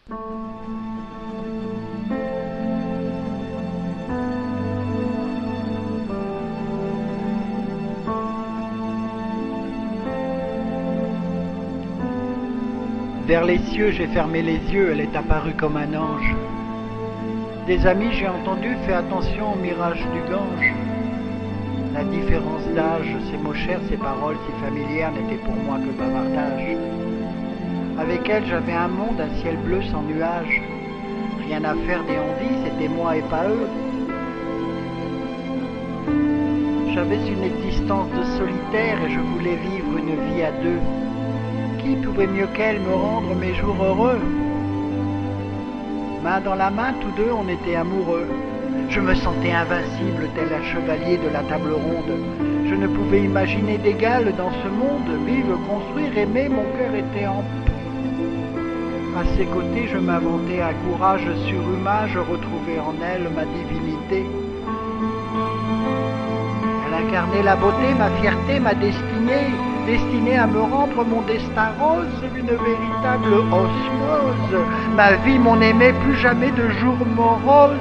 Vers les cieux, j'ai fermé les yeux, elle est apparue comme un ange. Des amis, j'ai entendu, fais attention au mirage du Gange. La différence d'âge, ces mots chers, ces paroles si familières n'étaient pour moi que bavardage. Avec elle, j'avais un monde, un ciel bleu sans nuages. Rien à faire des on-dit, c'était moi et pas eux. J'avais une existence de solitaire et je voulais vivre une vie à deux. Qui pouvait mieux qu'elle me rendre mes jours heureux? Main dans la main, tous deux, on était amoureux. Je me sentais invincible, tel un chevalier de la table ronde. Je ne pouvais imaginer d'égal dans ce monde. Vivre, construire, aimer, mon cœur était en paix. À ses côtés, je m'inventais un courage surhumain. Je retrouvais en elle ma divinité. Elle incarnait la beauté, ma fierté, ma destinée. Destinée à me rendre mon destin rose, une véritable osmose. Ma vie, mon aimé, plus jamais de jour morose.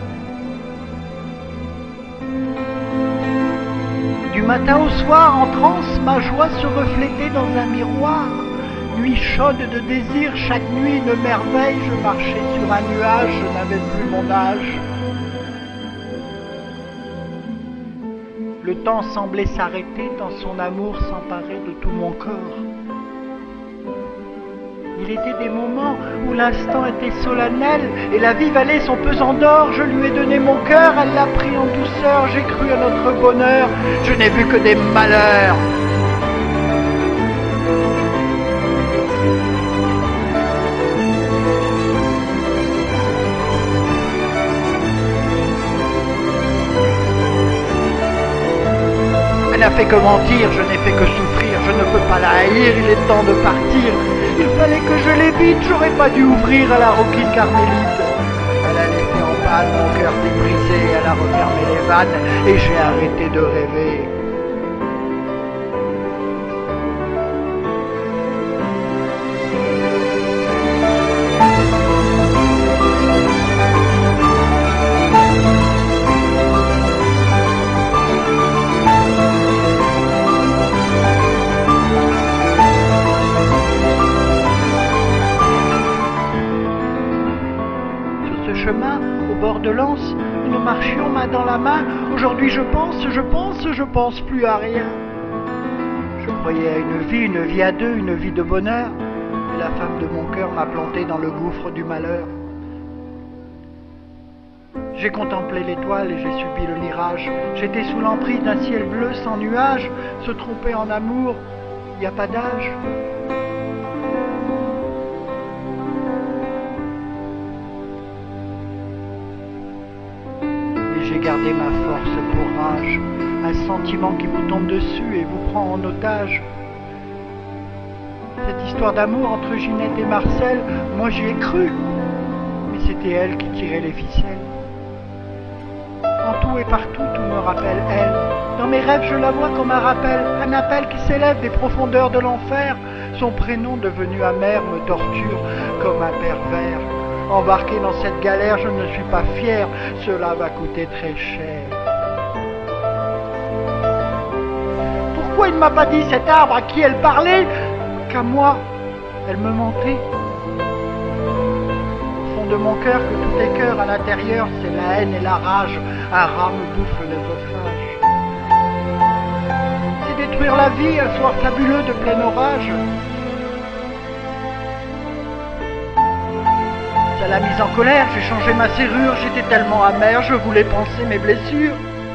Du matin au soir, en transe, ma joie se reflétait dans un miroir. Nuit chaude de désir, chaque nuit une merveille. Je marchais sur un nuage, je n'avais plus mon âge. Le temps semblait s'arrêter tant son amour s'emparait de tout mon corps. Il était des moments où l'instant était solennel et la vie valait son pesant d'or. Je lui ai donné mon cœur, elle l'a pris en douceur. J'ai cru à notre bonheur, je n'ai vu que des malheurs. Elle n'a fait que mentir, je n'ai fait que souffrir, je ne peux pas la haïr, il est temps de partir. Il fallait que je l'évite, j'aurais pas dû ouvrir à la roquine carmélite. Elle a laissé en panne, mon cœur s'est brisé, elle a refermé les vannes et j'ai arrêté de rêver. Chemin, au bord de l'Anse, nous marchions main dans la main. Aujourd'hui je pense plus à rien. Je croyais à une vie à deux, une vie de bonheur. Et la femme de mon cœur m'a planté dans le gouffre du malheur. J'ai contemplé l'étoile et j'ai subi le mirage. J'étais sous l'emprise d'un ciel bleu sans nuages. Se tromper en amour, y a pas d'âge. J'ai gardé ma force pour rage, un sentiment qui vous tombe dessus et vous prend en otage. Cette histoire d'amour entre Ginette et Marcel, moi j'y ai cru, mais c'était elle qui tirait les ficelles. En tout et partout, tout me rappelle elle. Dans mes rêves, je la vois comme un rappel, un appel qui s'élève des profondeurs de l'enfer. Son prénom devenu amer me torture comme un pervers. Embarqué dans cette galère, je ne suis pas fier, cela va coûter très cher. Pourquoi il ne m'a pas dit cet arbre à qui elle parlait qu'à moi, elle me mentait? Au fond de mon cœur, que tout est cœur à l'intérieur, c'est la haine et la rage, un rat me bouffe l'œsophage. C'est détruire la vie, un soir fabuleux de plein orage. Ça l'a mise en colère, j'ai changé ma serrure, j'étais tellement amer, je voulais penser mes blessures.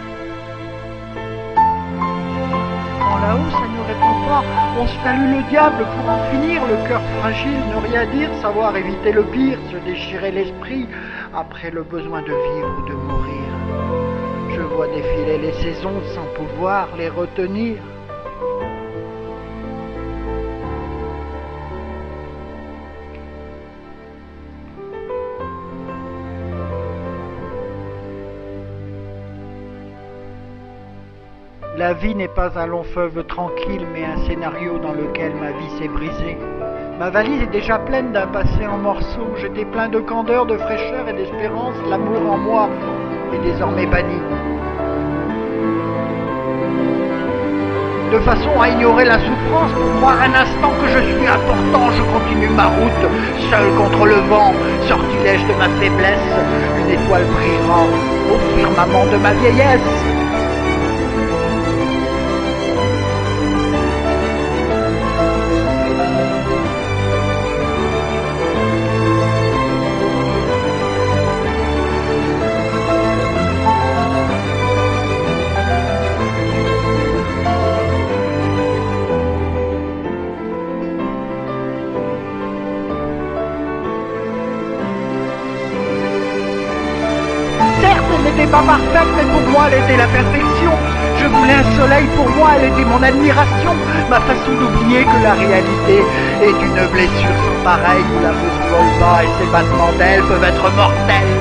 En là-haut, ça ne répond pas, on se salue le diable pour en finir, le cœur fragile, ne rien dire, savoir éviter le pire, se déchirer l'esprit, après le besoin de vivre ou de mourir. Je vois défiler les saisons sans pouvoir les retenir. La vie n'est pas un long fleuve tranquille, mais un scénario dans lequel ma vie s'est brisée. Ma valise est déjà pleine d'un passé en morceaux. J'étais plein de candeur, de fraîcheur et d'espérance. L'amour en moi est désormais banni. De façon à ignorer la souffrance, pour croire un instant que je suis important, je continue ma route, seul contre le vent, sortilège de ma faiblesse, une étoile brillera au firmament de ma vieillesse. Elle n'était pas parfaite, mais pour moi elle était la perfection. Je voulais un soleil, pour moi elle était mon admiration. Ma façon d'oublier que la réalité est une blessure sans pareille, où la route vole bas et ses battements d'ailes peuvent être mortels.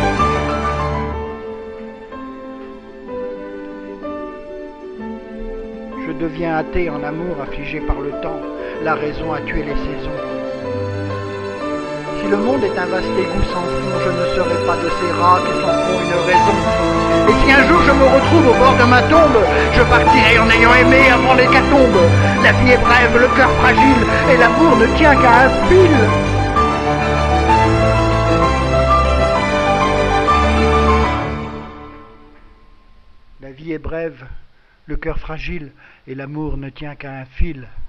Je deviens athée en amour, affligé par le temps. La raison a tué les saisons. Si le monde est un vaste égout sans fond, je ne serai pas de ces rats qui s'en font une raison. Et si un jour je me retrouve au bord de ma tombe, je partirai en ayant aimé avant l'hécatombe. La vie est brève, le cœur fragile, et l'amour ne tient qu'à un fil. La vie est brève, le cœur fragile, et l'amour ne tient qu'à un fil.